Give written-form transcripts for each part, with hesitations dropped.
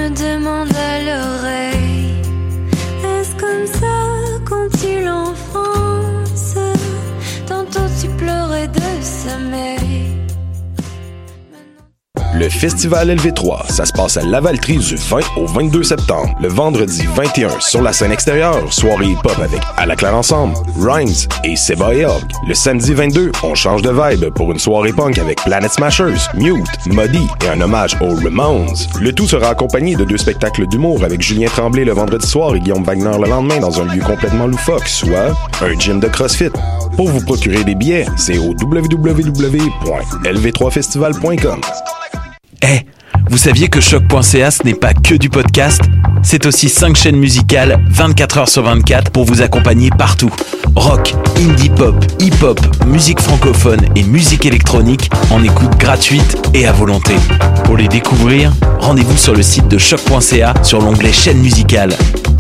me demande à l'oreille, est-ce comme ça quand tu l'enfance? Tantôt tu pleurais de sommeil. Le Festival LV3, ça se passe à Lavaltrie du 20 au 22 septembre. Le vendredi 21, sur la scène extérieure, soirée hip-hop avec À la Claire Ensemble, Rhymes et Seba et Hog. Le samedi 22, on change de vibe pour une soirée punk avec Planet Smashers, Mute, Muddy et un hommage aux Ramones. Le tout sera accompagné de 2 spectacles d'humour avec Julien Tremblay le vendredi soir et Guillaume Wagner le lendemain dans un lieu complètement loufoque, soit un gym de CrossFit. Pour vous procurer des billets, c'est au www.lv3festival.com. Hey, vous saviez que Choc.ca ce n'est pas que du podcast? C'est aussi 5 chaînes musicales 24 heures sur 24 pour vous accompagner partout. Rock, indie pop, hip-hop, musique francophone et musique électronique en écoute gratuite et à volonté. Pour les découvrir, rendez-vous sur le site de Choc.ca sur l'onglet chaîne musicale.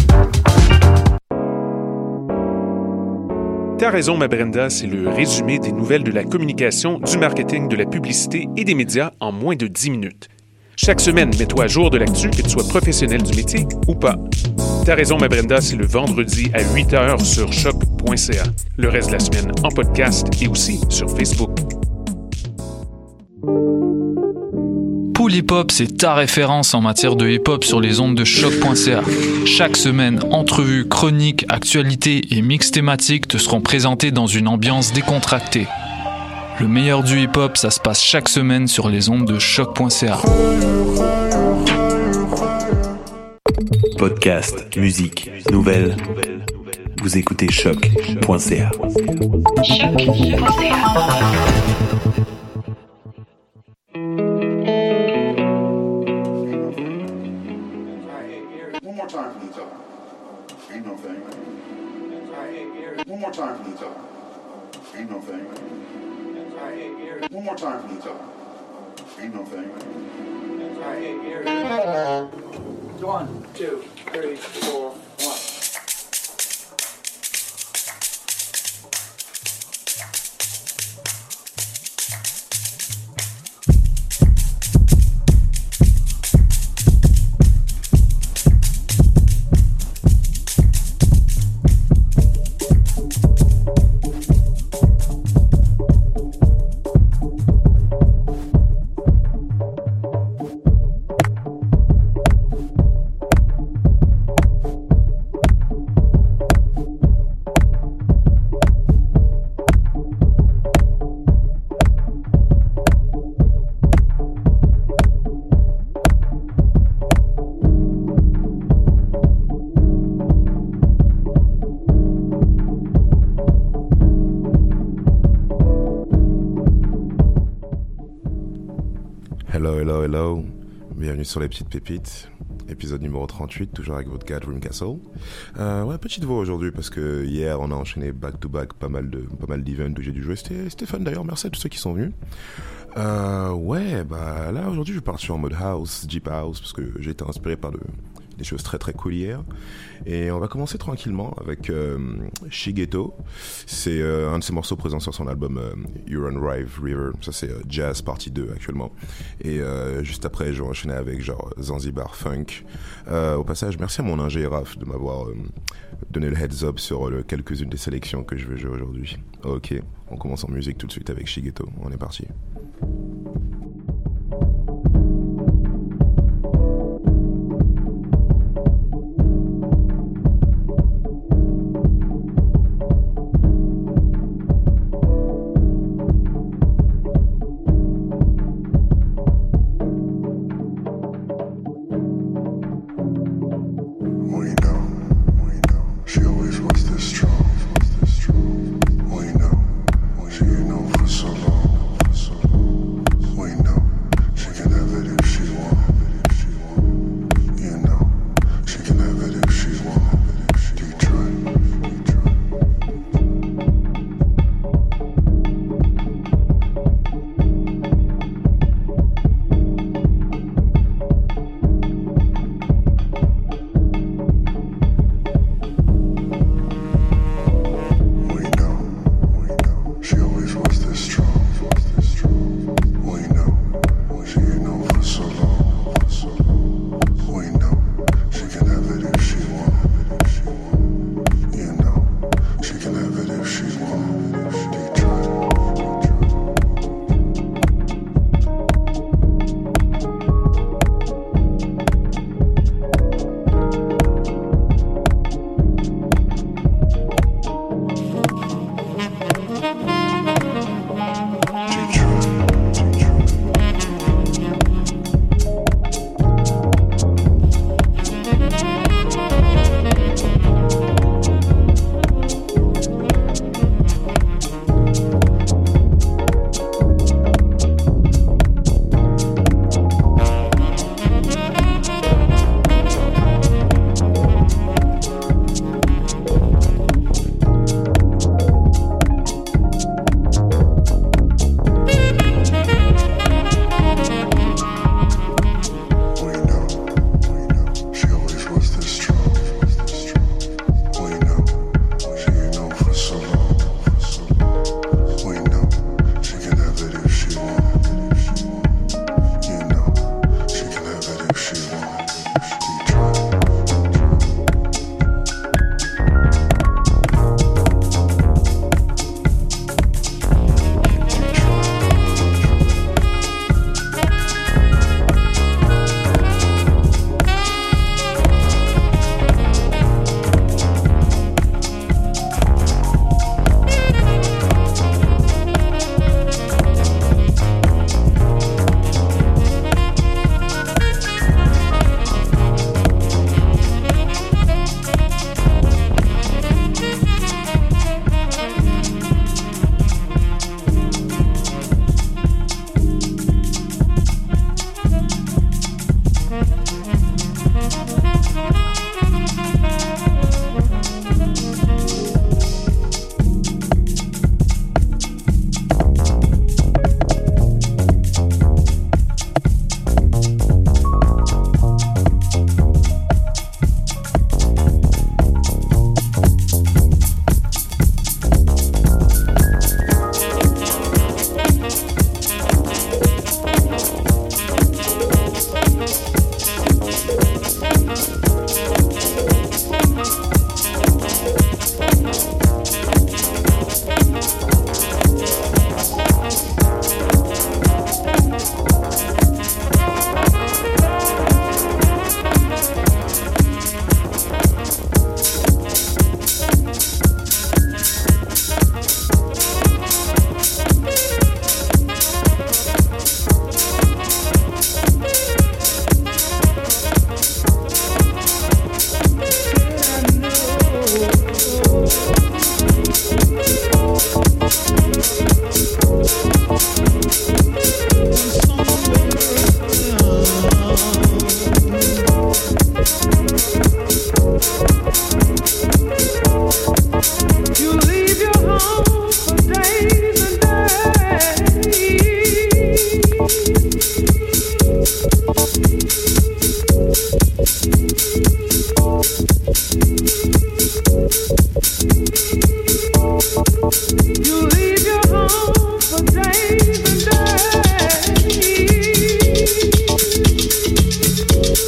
T'as raison, ma Brenda, c'est le résumé des nouvelles de la communication, du marketing, de la publicité et des médias en moins de 10 minutes. Chaque semaine, mets-toi à jour de l'actu, que tu sois professionnel du métier ou pas. T'as raison, ma Brenda, c'est le vendredi à 8h sur choc.ca. Le reste de la semaine en podcast et aussi sur Facebook. Pool Hip Hop, c'est ta référence en matière de hip-hop sur les ondes de choc.ca. Chaque semaine, entrevues, chroniques, actualités et mix thématiques te seront présentés dans une ambiance décontractée. Le meilleur du hip-hop, ça se passe chaque semaine sur les ondes de choc.ca. Podcast, musique, nouvelles. Vous écoutez choc.ca. One more time from the top. Ain't no thing. One more time from the top. Ain't no thing. One more time from the top. Ain't no thing. 1, 2, 3, 4, 1. Hello, bienvenue sur les petites pépites, épisode numéro 38, toujours avec votre gars Dream Castle. Petite voix aujourd'hui parce que hier on a enchaîné back to back pas mal d'events où j'ai dû jouer, c'était fun d'ailleurs, merci à tous ceux qui sont venus. Là aujourd'hui je vais partir en mode house, deep house, parce que j'ai été inspiré par des choses très très cool hier. Et on va commencer tranquillement avec Shigeto. C'est un de ses morceaux présents sur son album Huron River. Ça c'est Jazz Partie 2 actuellement. Et juste après je vais enchaîner avec genre Zanzibar Funk. Au passage, merci à mon ingé Raph de m'avoir donné le heads up sur quelques-unes des sélections que je vais jouer aujourd'hui. Ok, on commence en musique tout de suite avec Shigeto. On est parti. She ain't known for so long.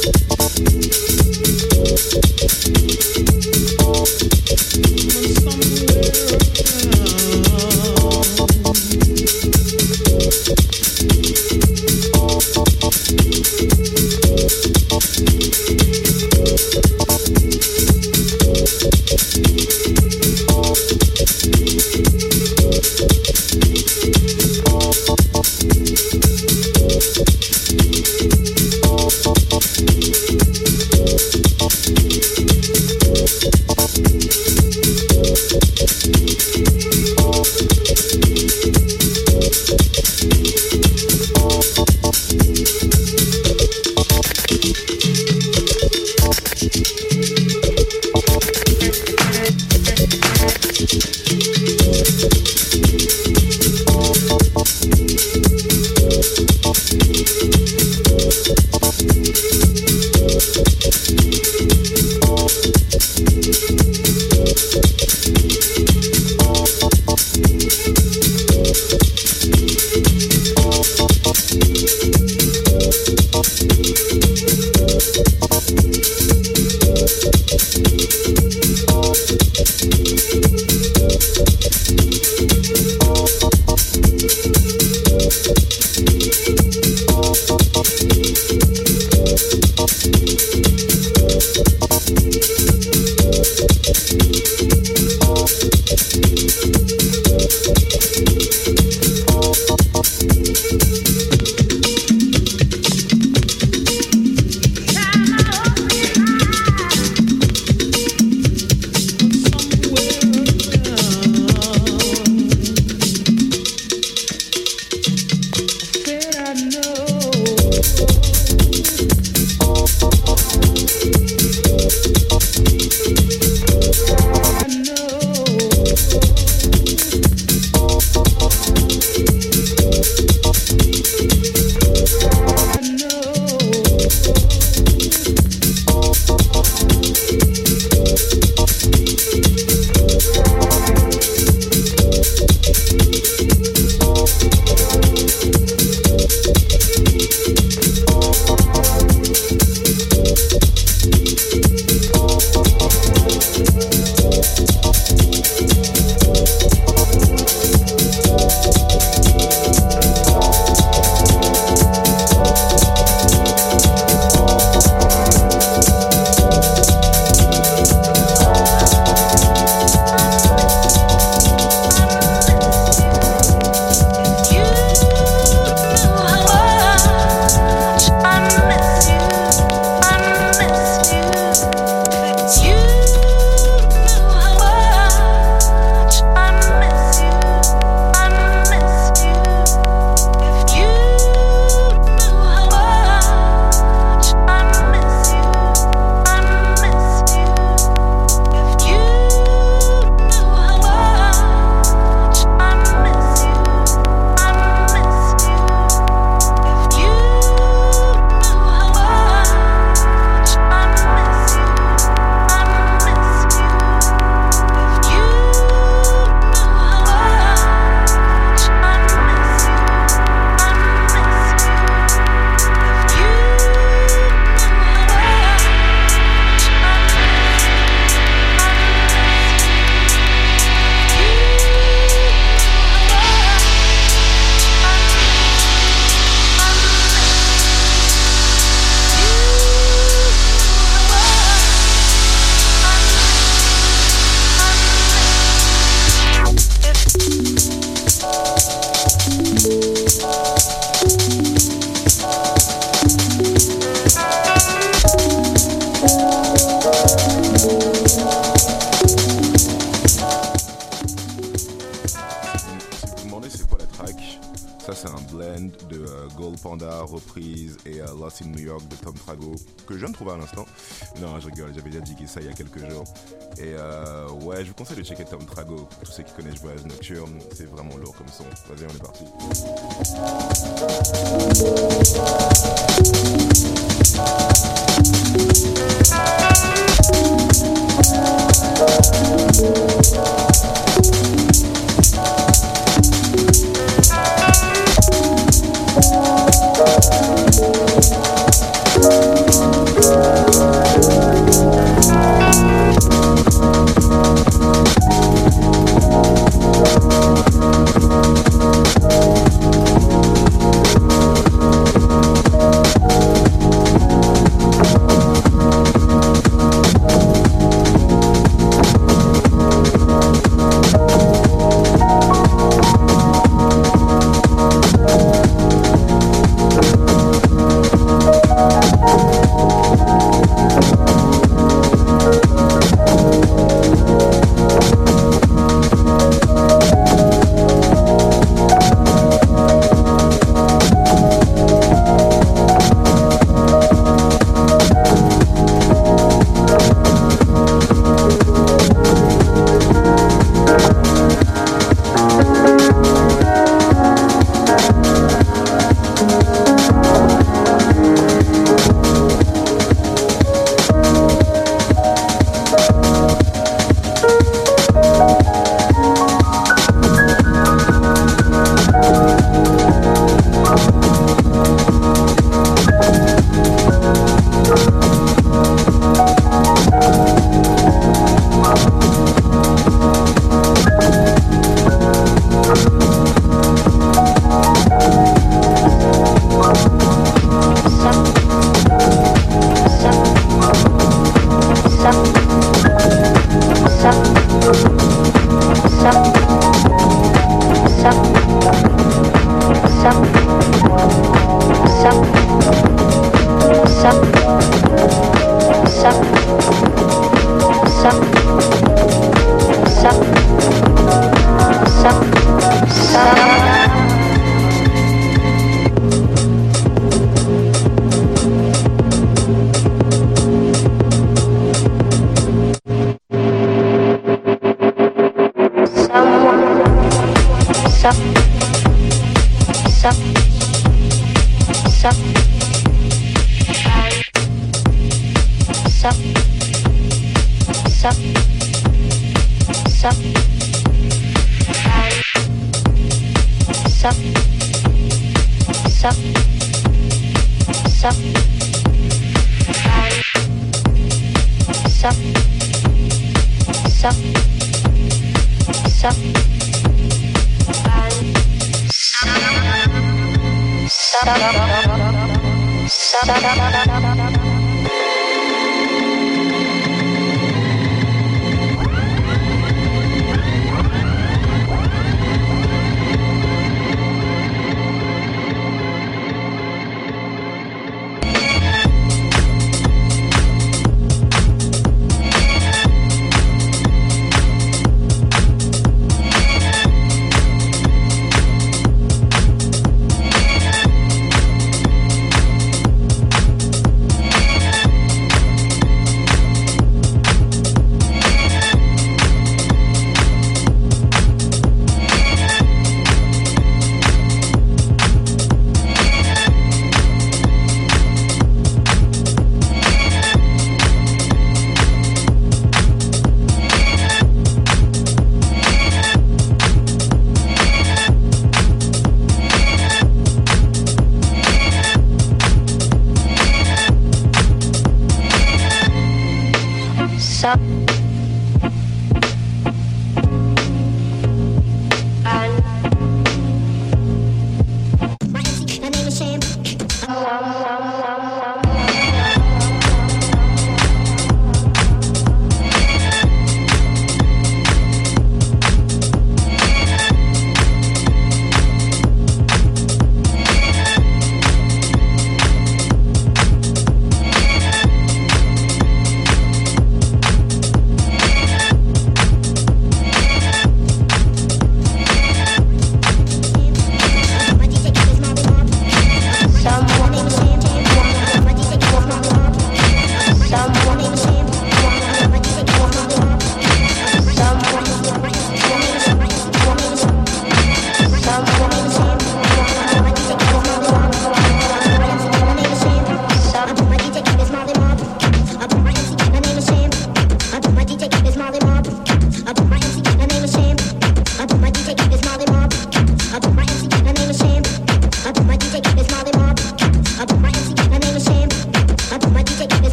Panda, reprise et Lost in New York de Tom Trago, que je viens de trouver à l'instant. Non, je rigole, j'avais déjà digué ça il y a quelques jours. Et ouais, je vous conseille de checker Tom Trago. Pour tous ceux qui connaissent Voyage Nocturne, c'est vraiment lourd comme son. Vas-y, on est parti.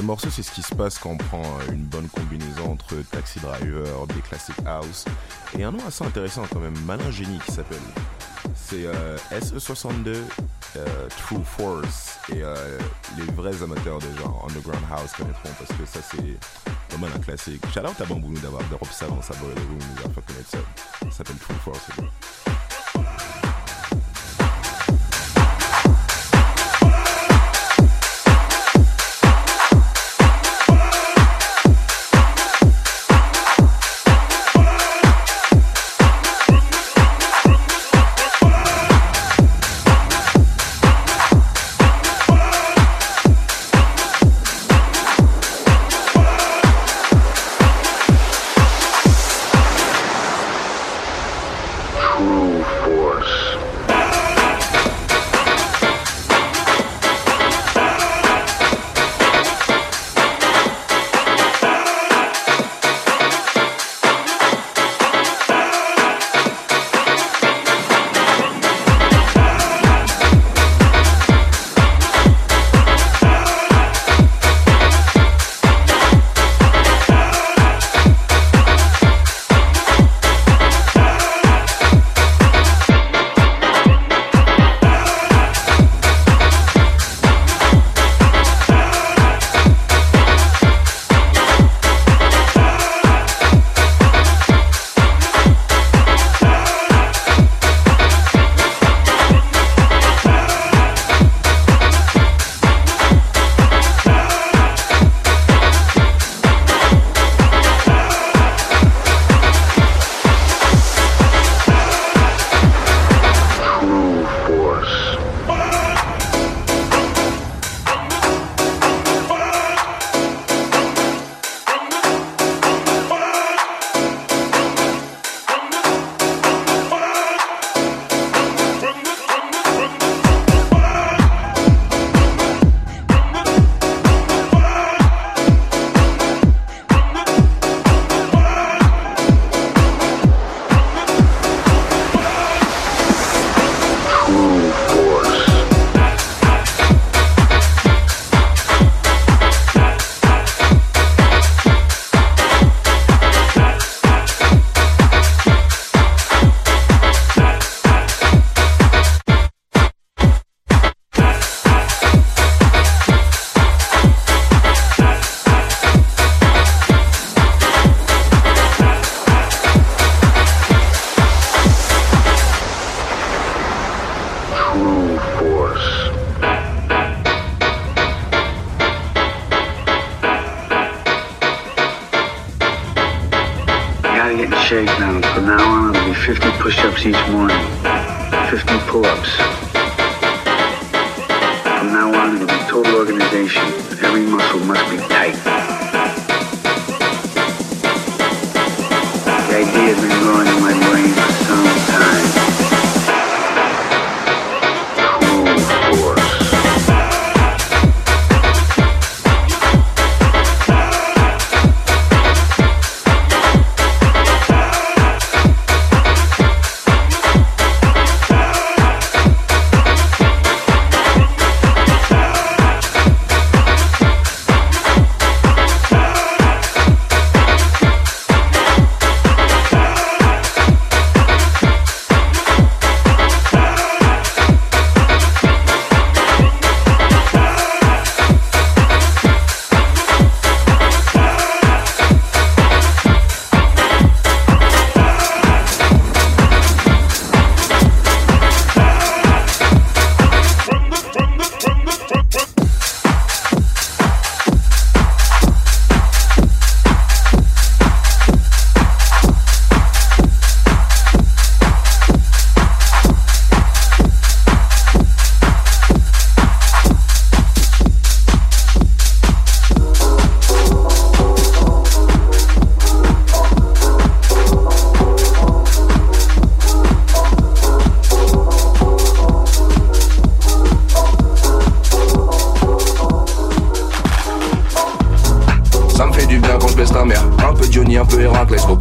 morceau, c'est ce qui se passe quand on prend une bonne combinaison entre Taxi Driver, des classiques house, et un nom assez intéressant quand même, Malin Génie qui s'appelle. C'est SE62 True Force, et les vrais amateurs de genre Underground House connaîtront parce que ça c'est vraiment un classique. Shout out à Bambounou d'avoir drop ça dans sa boîte de room, nous a fait connaître ça. Ça s'appelle True Force. shape now. From now on, it'll be 50 push-ups each morning, 50 pull-ups. From now on, it'll be total organization. Every muscle must be tight. The idea has been growing in my brain for some time.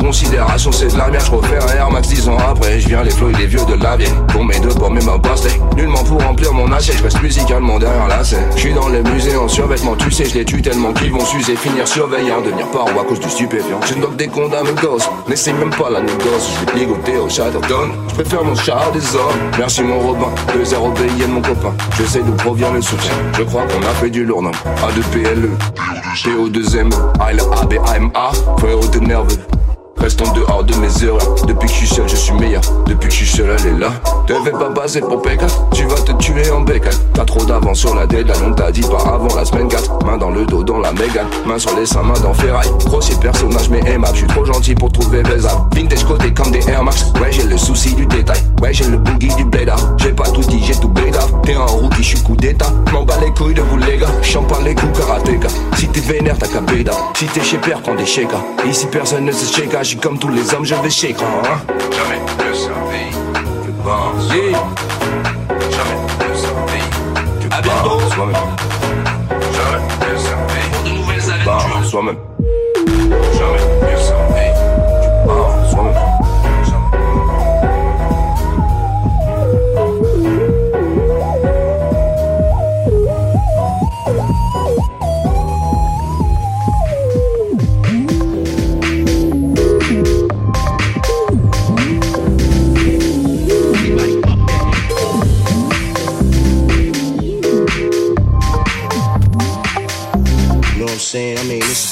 considération c'est de la merde. Je refais un Air Max 10 ans après. Je viens les flots et les vieux de la vieille. Pour mes deux pommes et ma pastèque. Nullement pour remplir mon assiette. Je reste musicalement derrière la scène. Je suis dans les musées en survêtement. Tu sais je les tue tellement qu'ils vont s'user. Finir surveillant, devenir paro à cause du stupéfiant. Je ne donne des comptes à mes gosses. N'essaye même pas la négoce. Je vais ligoter au Chatterton. Je préfère mon chat des hommes. Merci mon Robin. 2-0 payé de mon copain. Je sais d'où provient le soutien. Je crois qu'on a fait du lourd, non. A2PLE PO2M ALABAMA. Frérot t'es nerveux. Reste en dehors de mes erreurs. Depuis que je suis seul, je suis meilleur. Depuis que je suis seul, elle est là. Te fais pas passer pour Pékin. Tu vas te tuer en bécane. T'as trop d'avance sur la deadline. On t'a dit pas avant la semaine 4. Main dans le dos, dans la mégane. Main sur les seins, main dans ferraille. Grossier personnage, mais aimable. Je suis trop gentil pour trouver baisable. Vintage côté comme des Air Max. Ouais, j'ai le souci du détail. Ouais, j'ai le boogie du blade. J'ai pas tout dit, j'ai tout blade. T'es un rookie, je suis coup d'état. M'en bats les couilles de vous, les gars. J'en parle les coups karatéka. Si t'es vénère, t'as qu'à béda. Si t'es chez père, prends des shakers. Ici, personne ne se shake. Je suis comme tous les hommes, je vais shake, hein. Jamais le servi, tu penses. Yeah. Jamais le servi, tu penses. Soi-même. Jamais le servi, pour de nouvelles aventures. Soi-même. Jamais le servi, tu penses. Soi-même. Saying, I mean, it's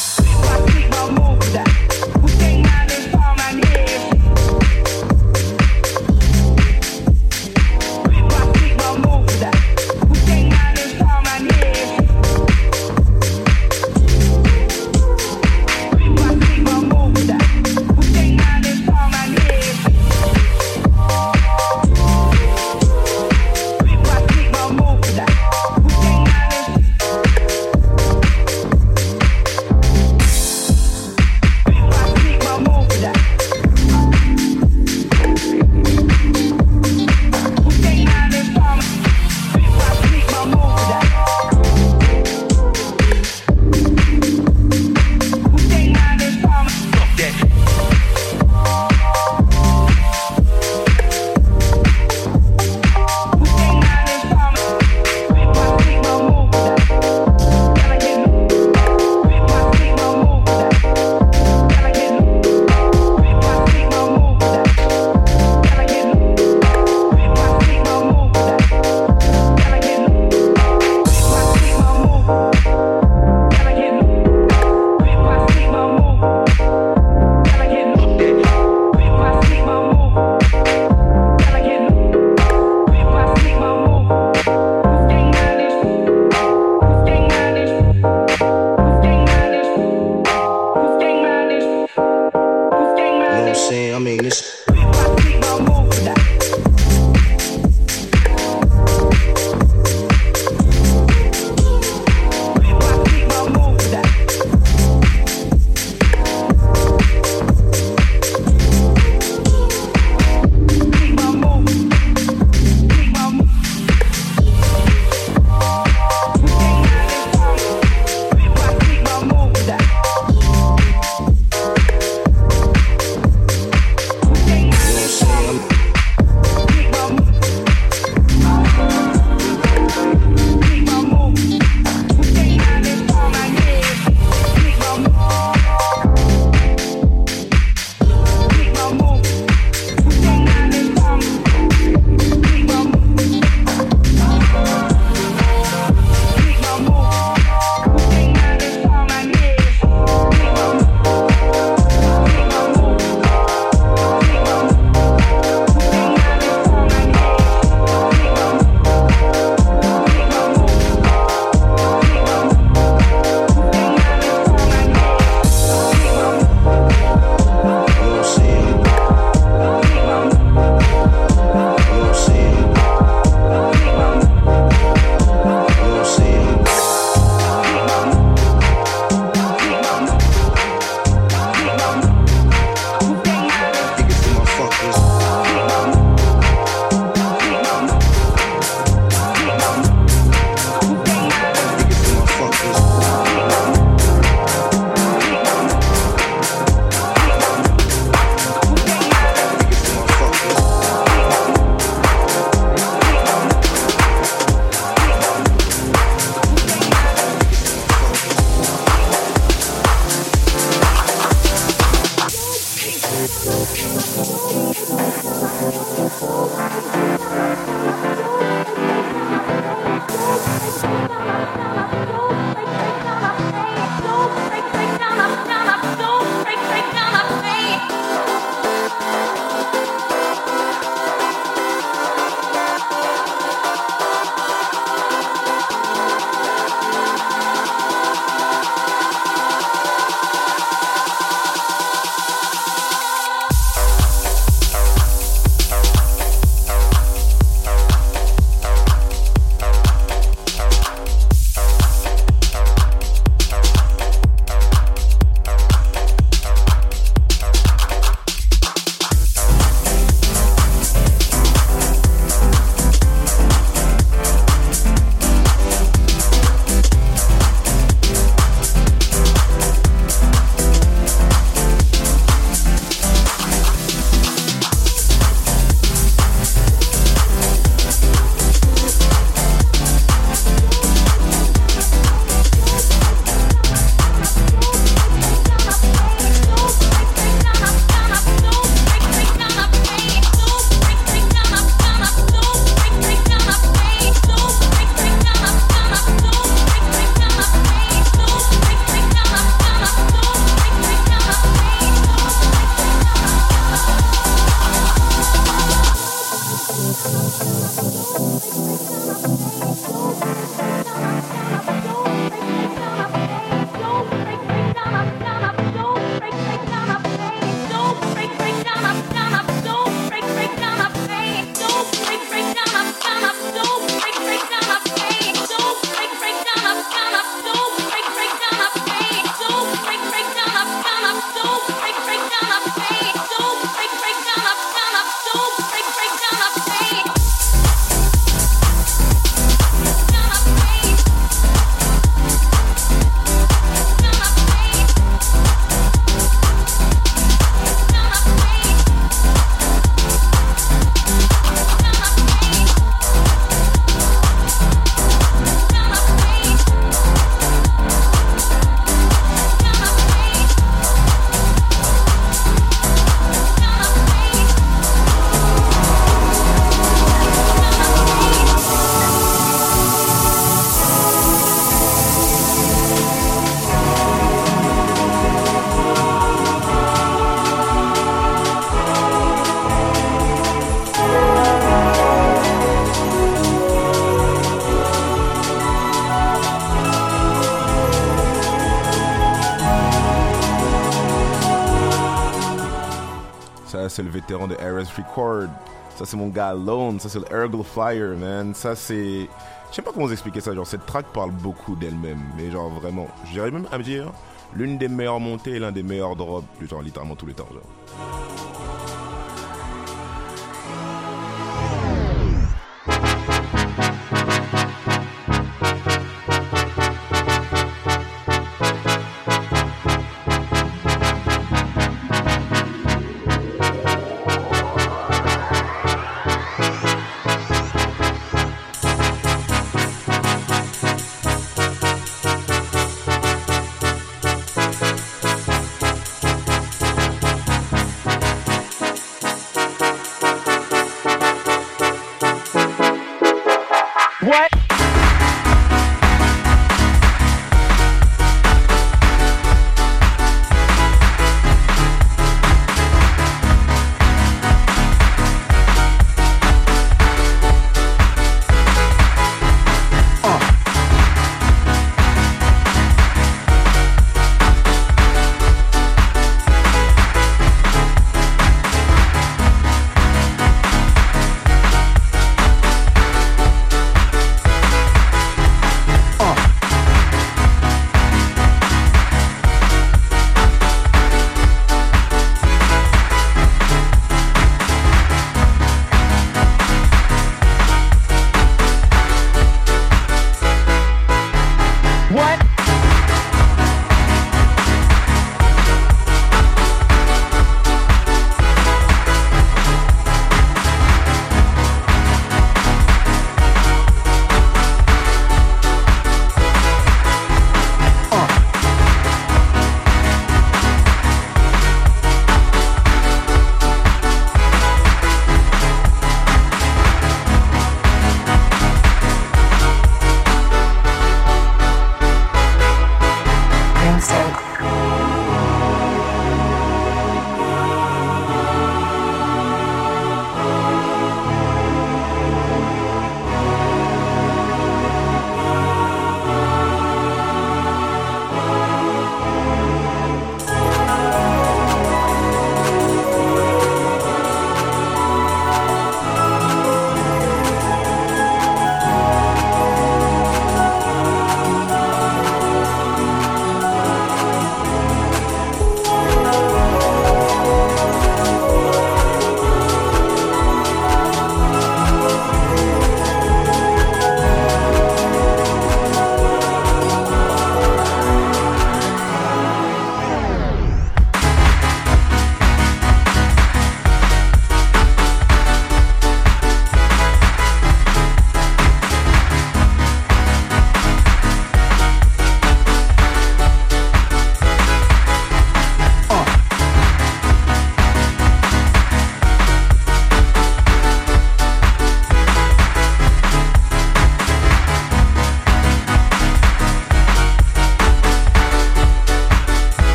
C'est le vétéran de RS Record. Ça, c'est mon gars Lone. Ça, c'est le Ergle Flyer, man. Ça, c'est... Je sais pas comment vous expliquer ça. Genre, cette track parle beaucoup d'elle-même. Mais genre, vraiment, je dirais même à me dire l'une des meilleures montées et l'un des meilleurs drops, genre, littéralement tous les temps, genre.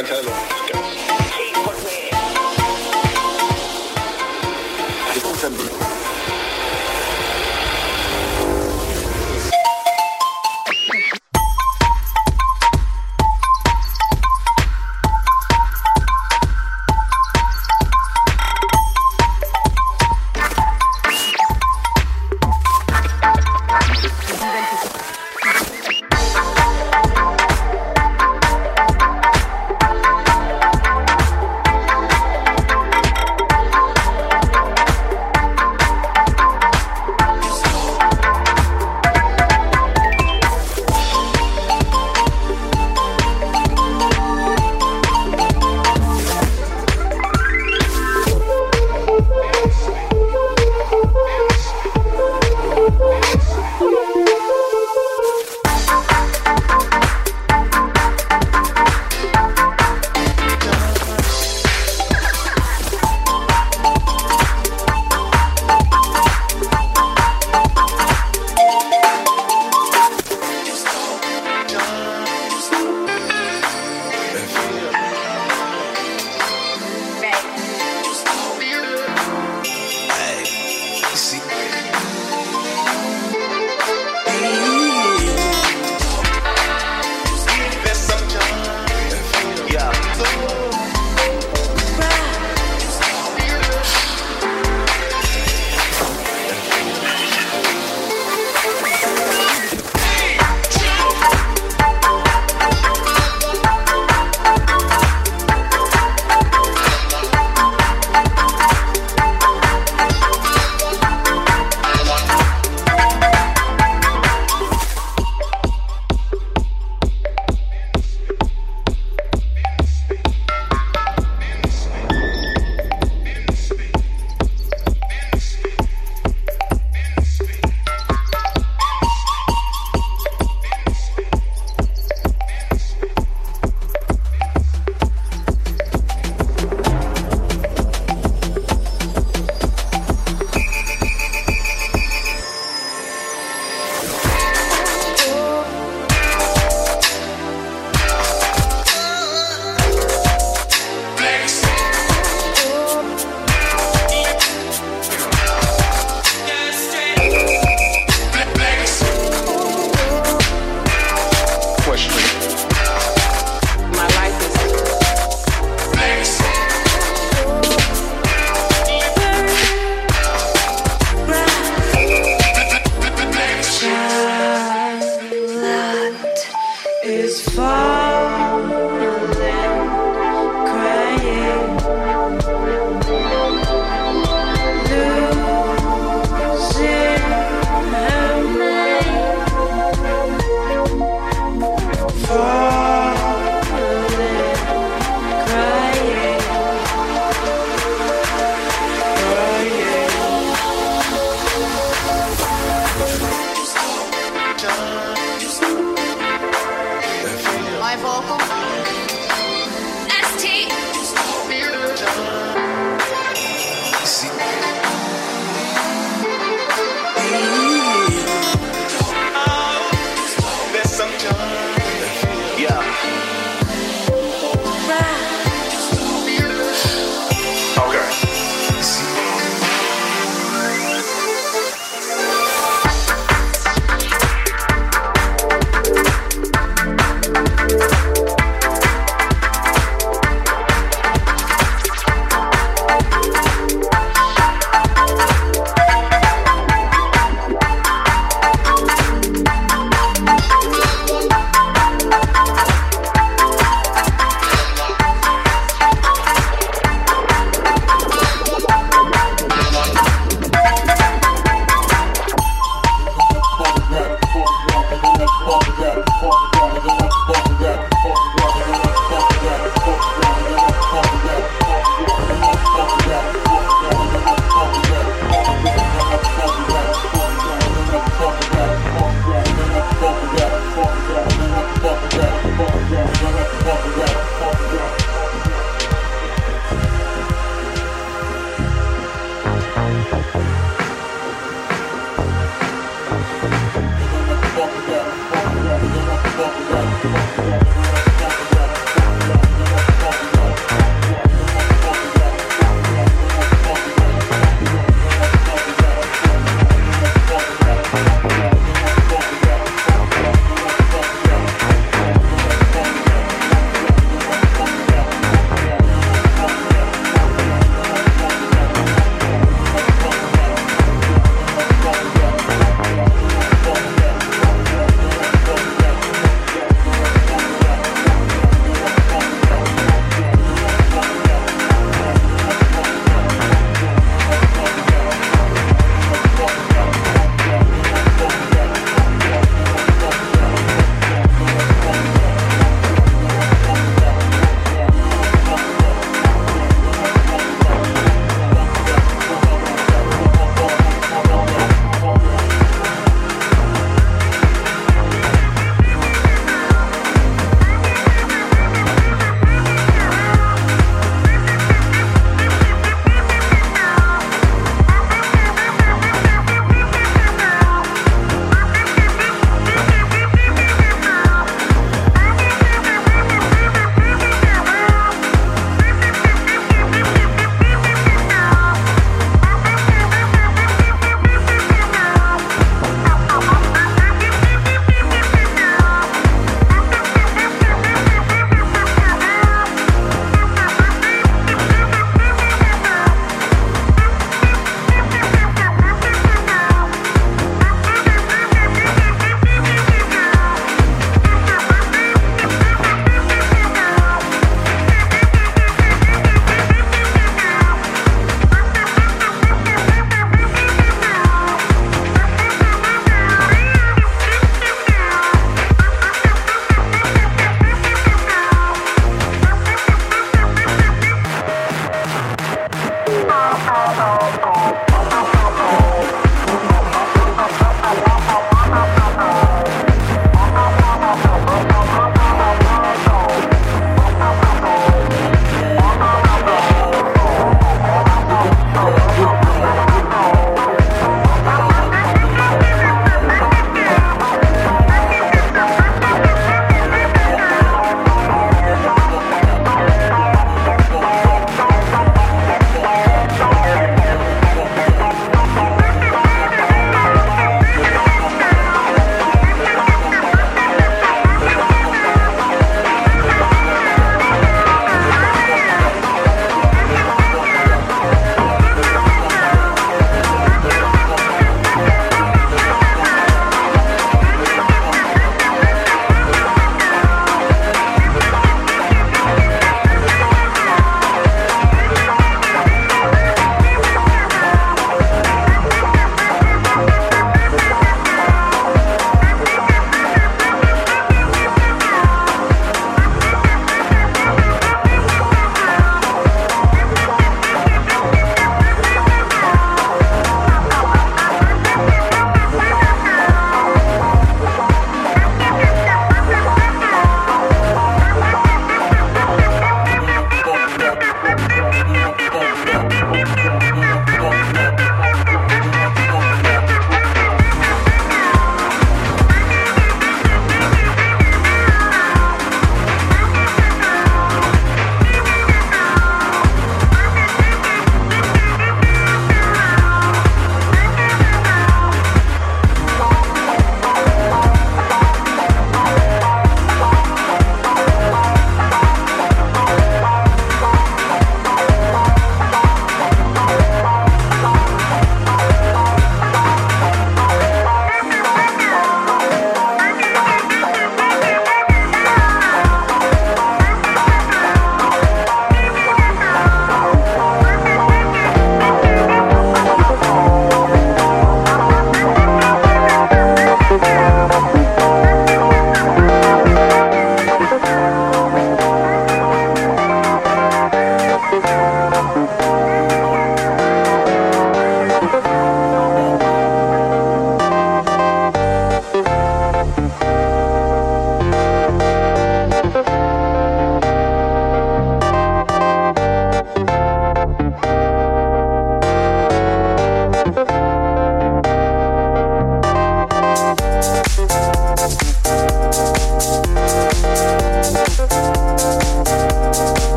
Cántalo. Escúchame.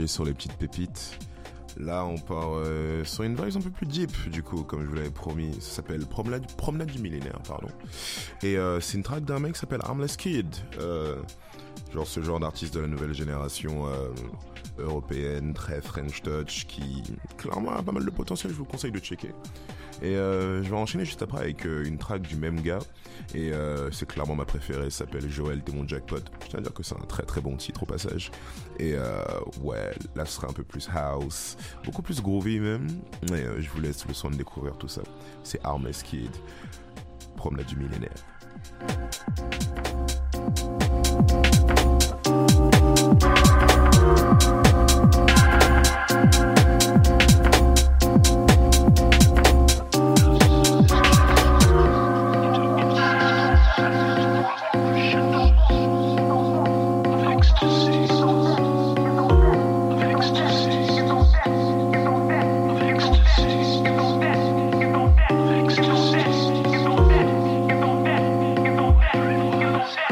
sur les petites pépites. Là, on part sur une vibe un peu plus deep, du coup, comme je vous l'avais promis. Ça s'appelle Promenade du millénaire, pardon. Et c'est une track d'un mec qui s'appelle Armless Kid. Genre ce genre d'artiste de la nouvelle génération européenne, très French touch, qui clairement a pas mal de potentiel, je vous conseille de checker. Et je vais enchaîner juste après avec une track du même gars. Et c'est clairement ma préférée, ça s'appelle Joël, t'es mon jackpot. Je tiens à dire que c'est un très très bon titre au passage. Et ouais, là ce sera un peu plus house, beaucoup plus groovy même. Mais je vous laisse le soin de découvrir tout ça. C'est Armless Kid, Promenade du millénaire. Yeah.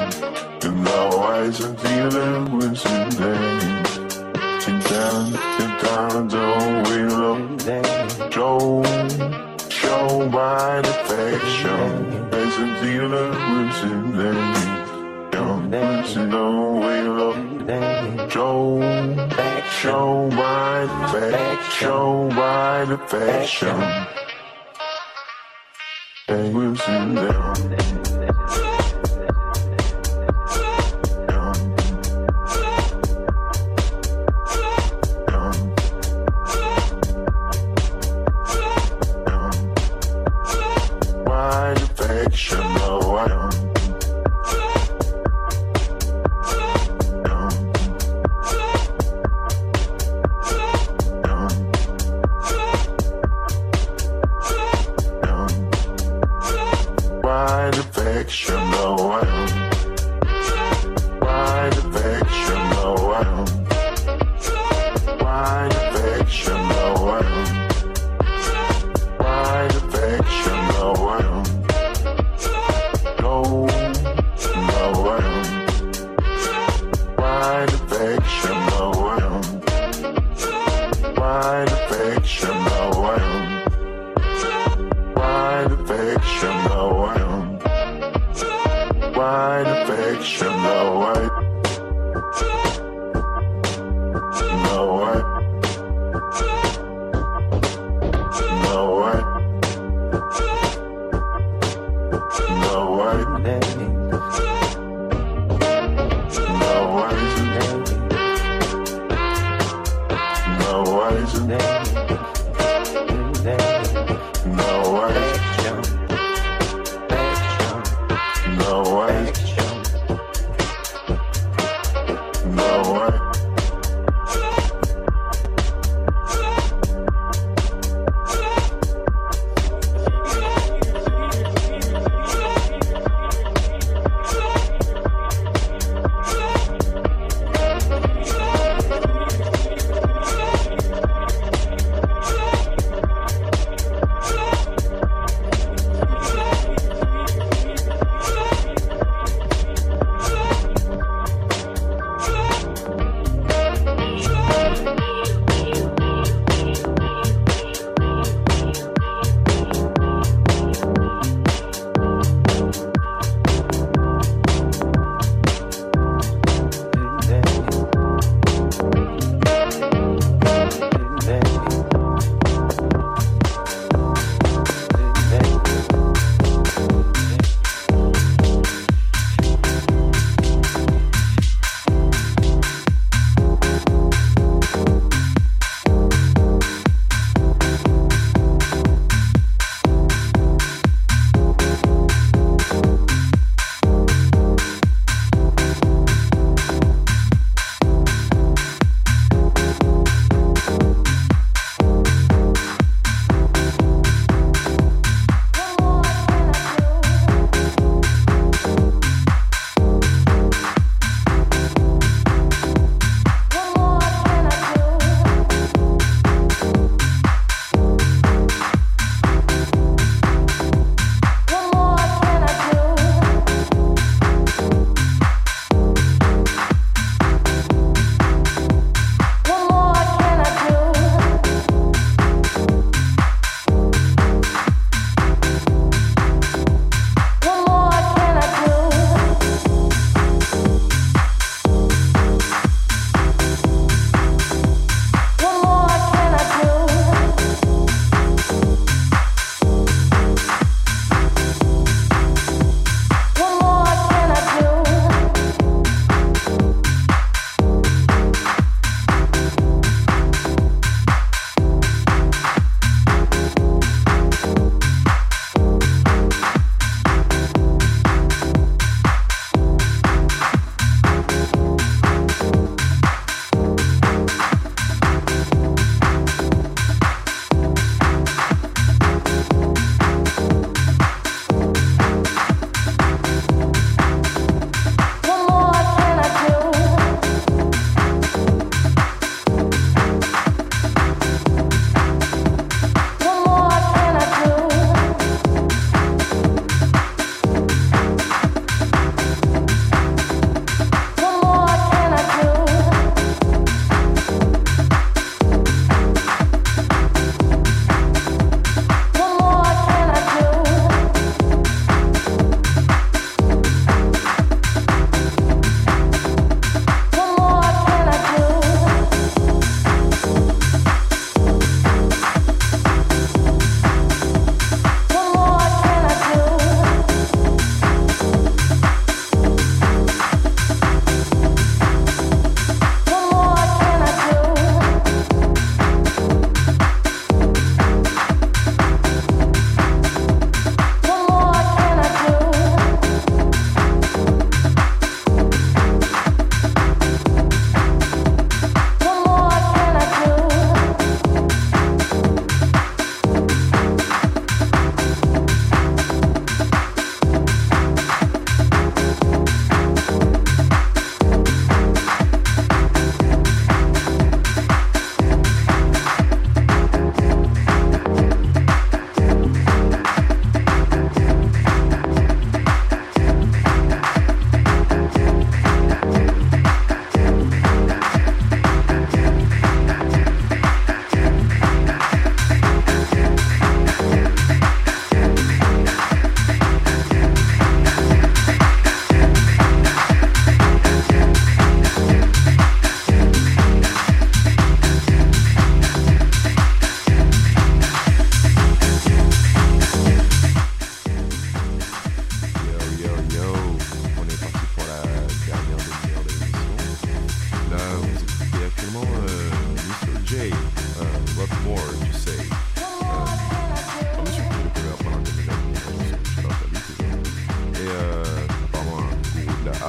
And always I'm dealing with some days. Sit down, don't we love show by the affection. As I'm dealing with some days. Don't we love show by the affection. And we'll sit down.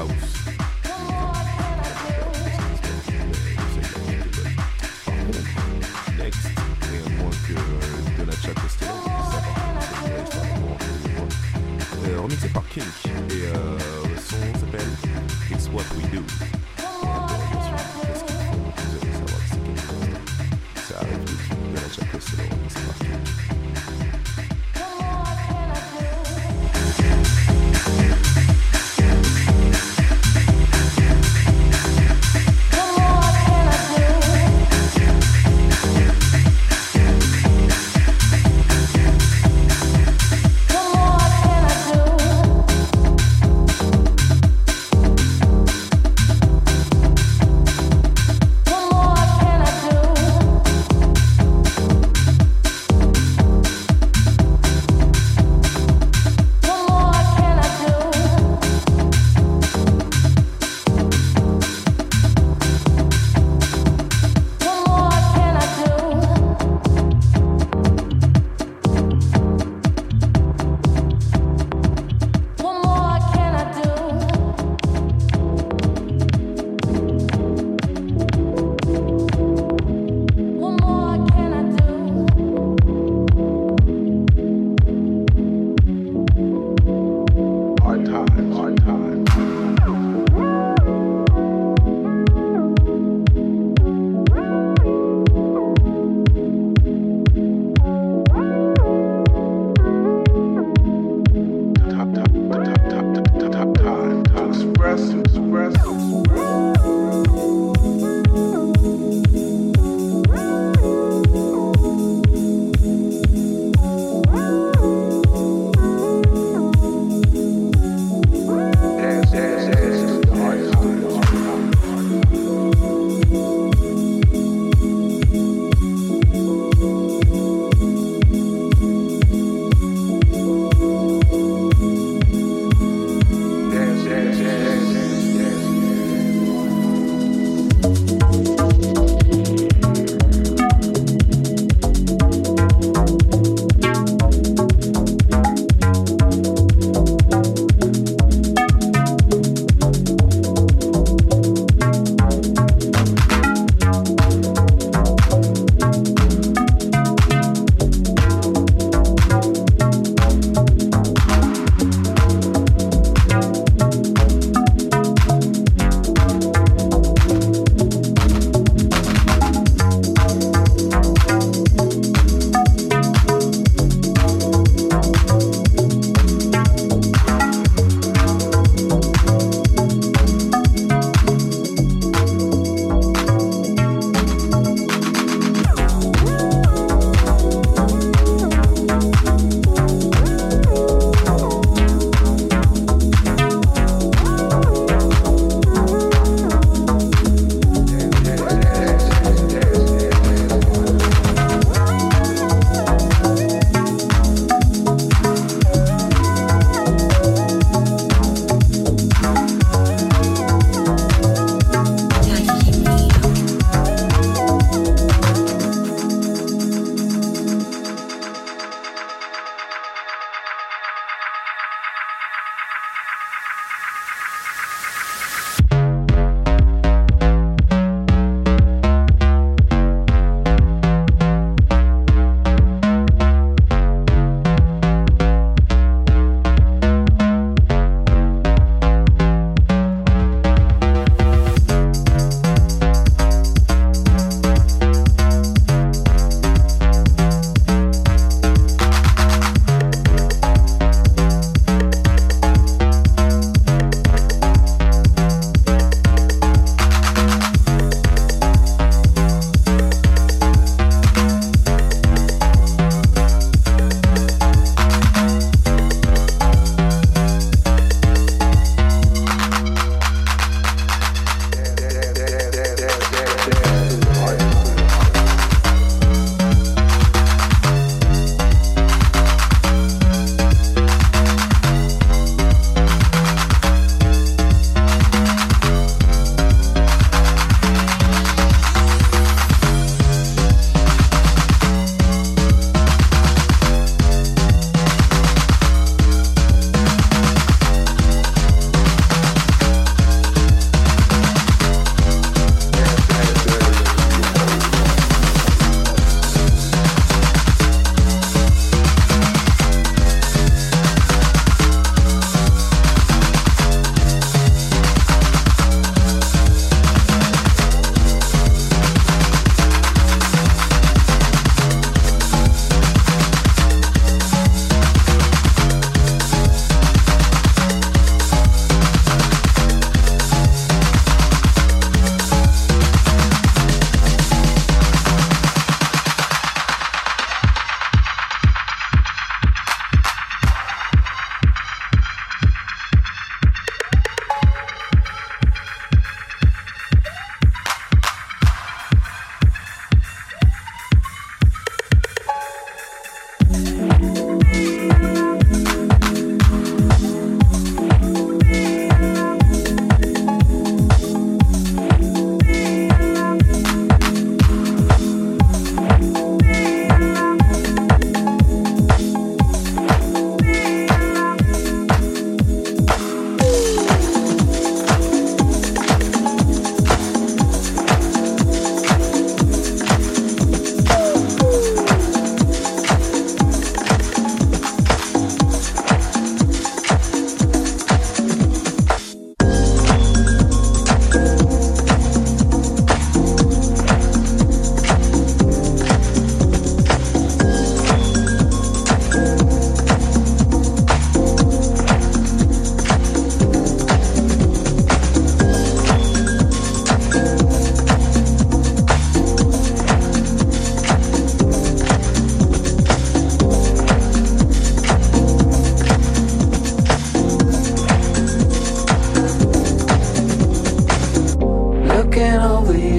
Next, rien de moins que Donacha Costello. Ça, par contre, c'est une vraie histoire d'amour, remixé par Kink. Et le son s'appelle It's What We Do. Qu'est-ce qu'ils font? Vous allez savoir que c'est quelque chose. Ça arrive de Donacha Costello, remixé par Kink.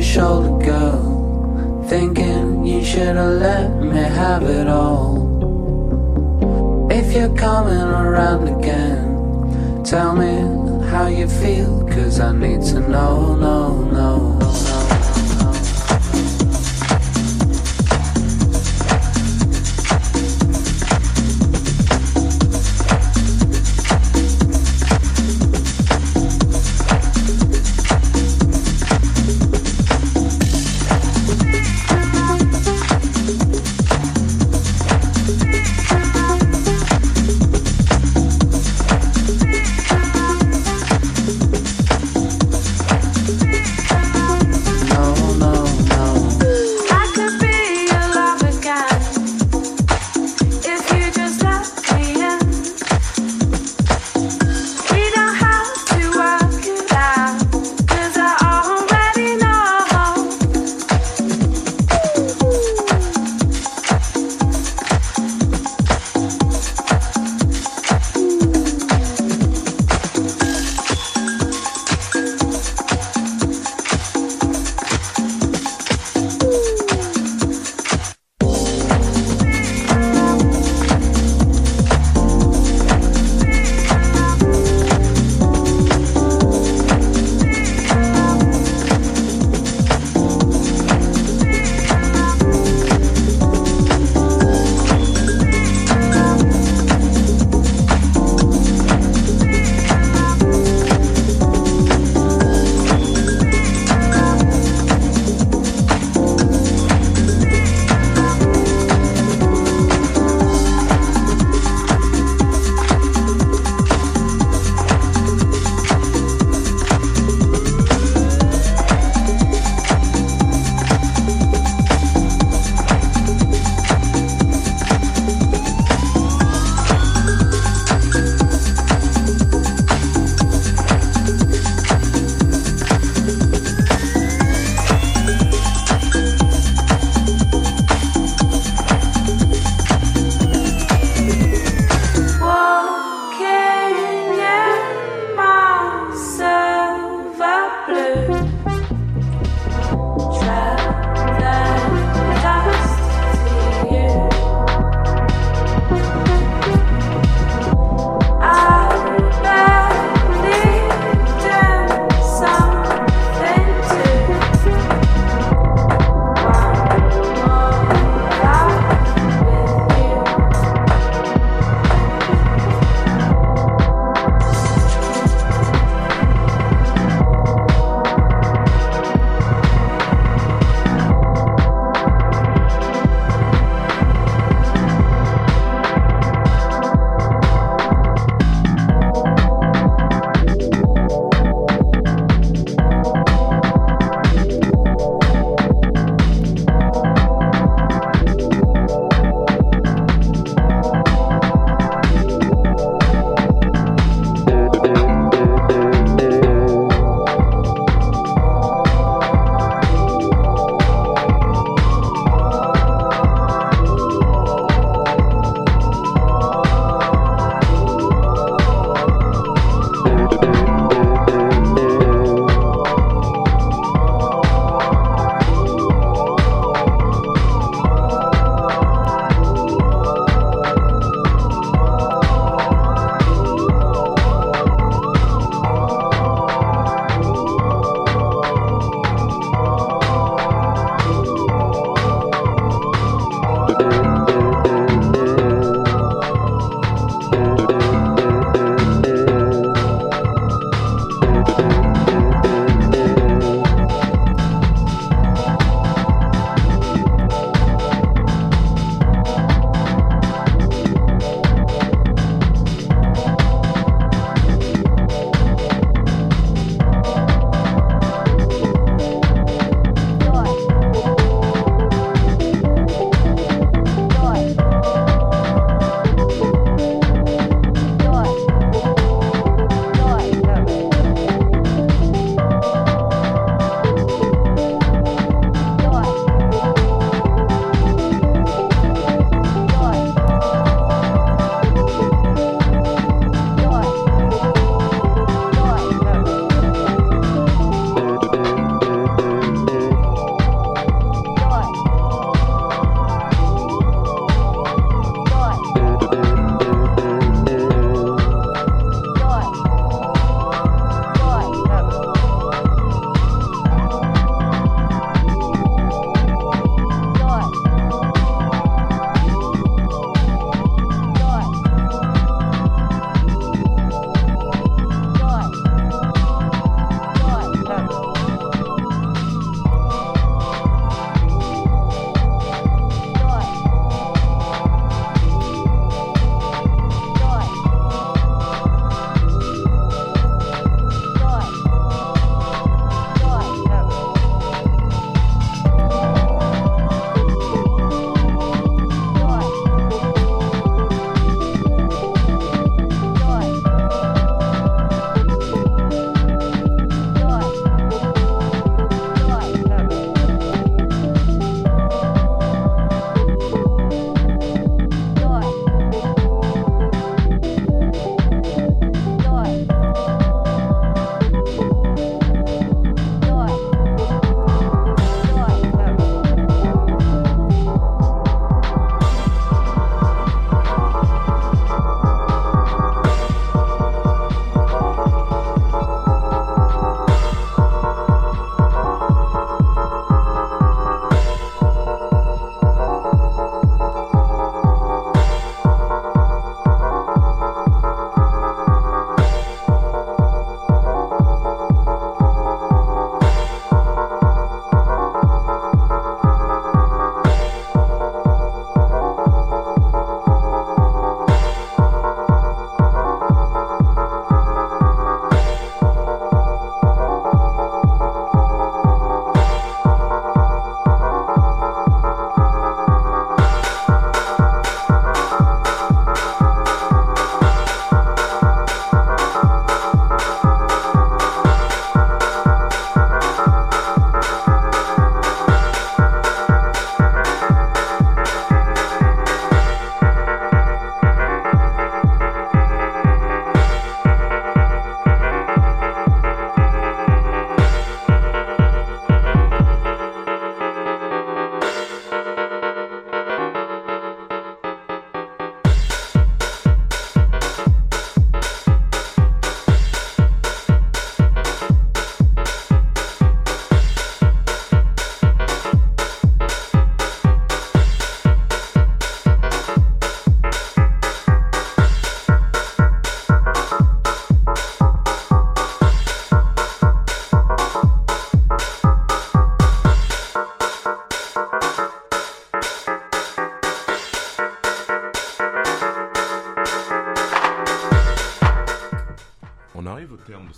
shoulder, girl, thinking you should've let me have it all. If you're coming around again, tell me how you feel, 'cause I need to know, no.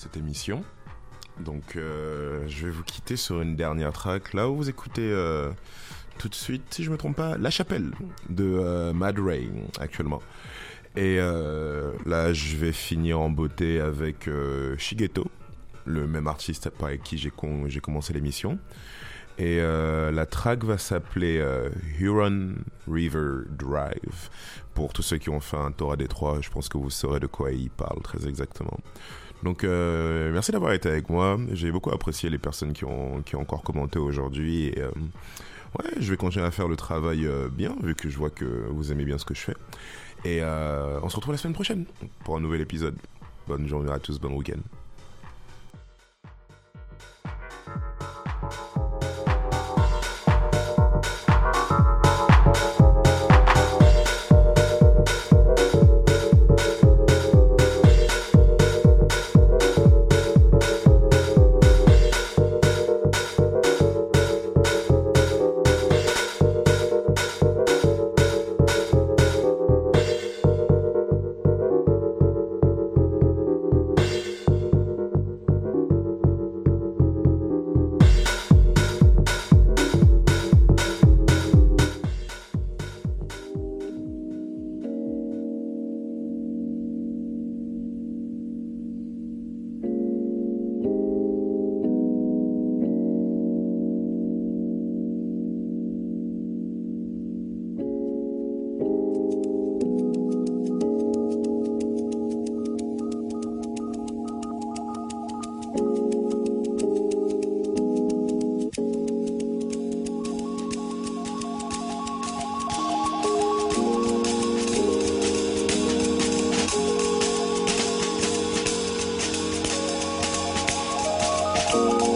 cette émission. Donc je vais vous quitter sur une dernière track. Là où vous écoutez tout de suite, si je me trompe pas, La Chapelle de Mad Ray actuellement. Et là je vais finir en beauté avec Shigeto, le même artiste par qui j'ai commencé l'émission. Et la track va s'appeler Huron River Drive. Pour tous ceux qui ont fait un tour à Détroit, je pense que vous saurez de quoi il parle très exactement. Donc merci d'avoir été avec moi. J'ai beaucoup apprécié les personnes qui ont encore commenté aujourd'hui. Et ouais, je vais continuer à faire le travail bien, vu que je vois que vous aimez bien ce que je fais. Et on se retrouve la semaine prochaine pour un nouvel épisode. Bonne journée à tous, bon week-end. Thank you.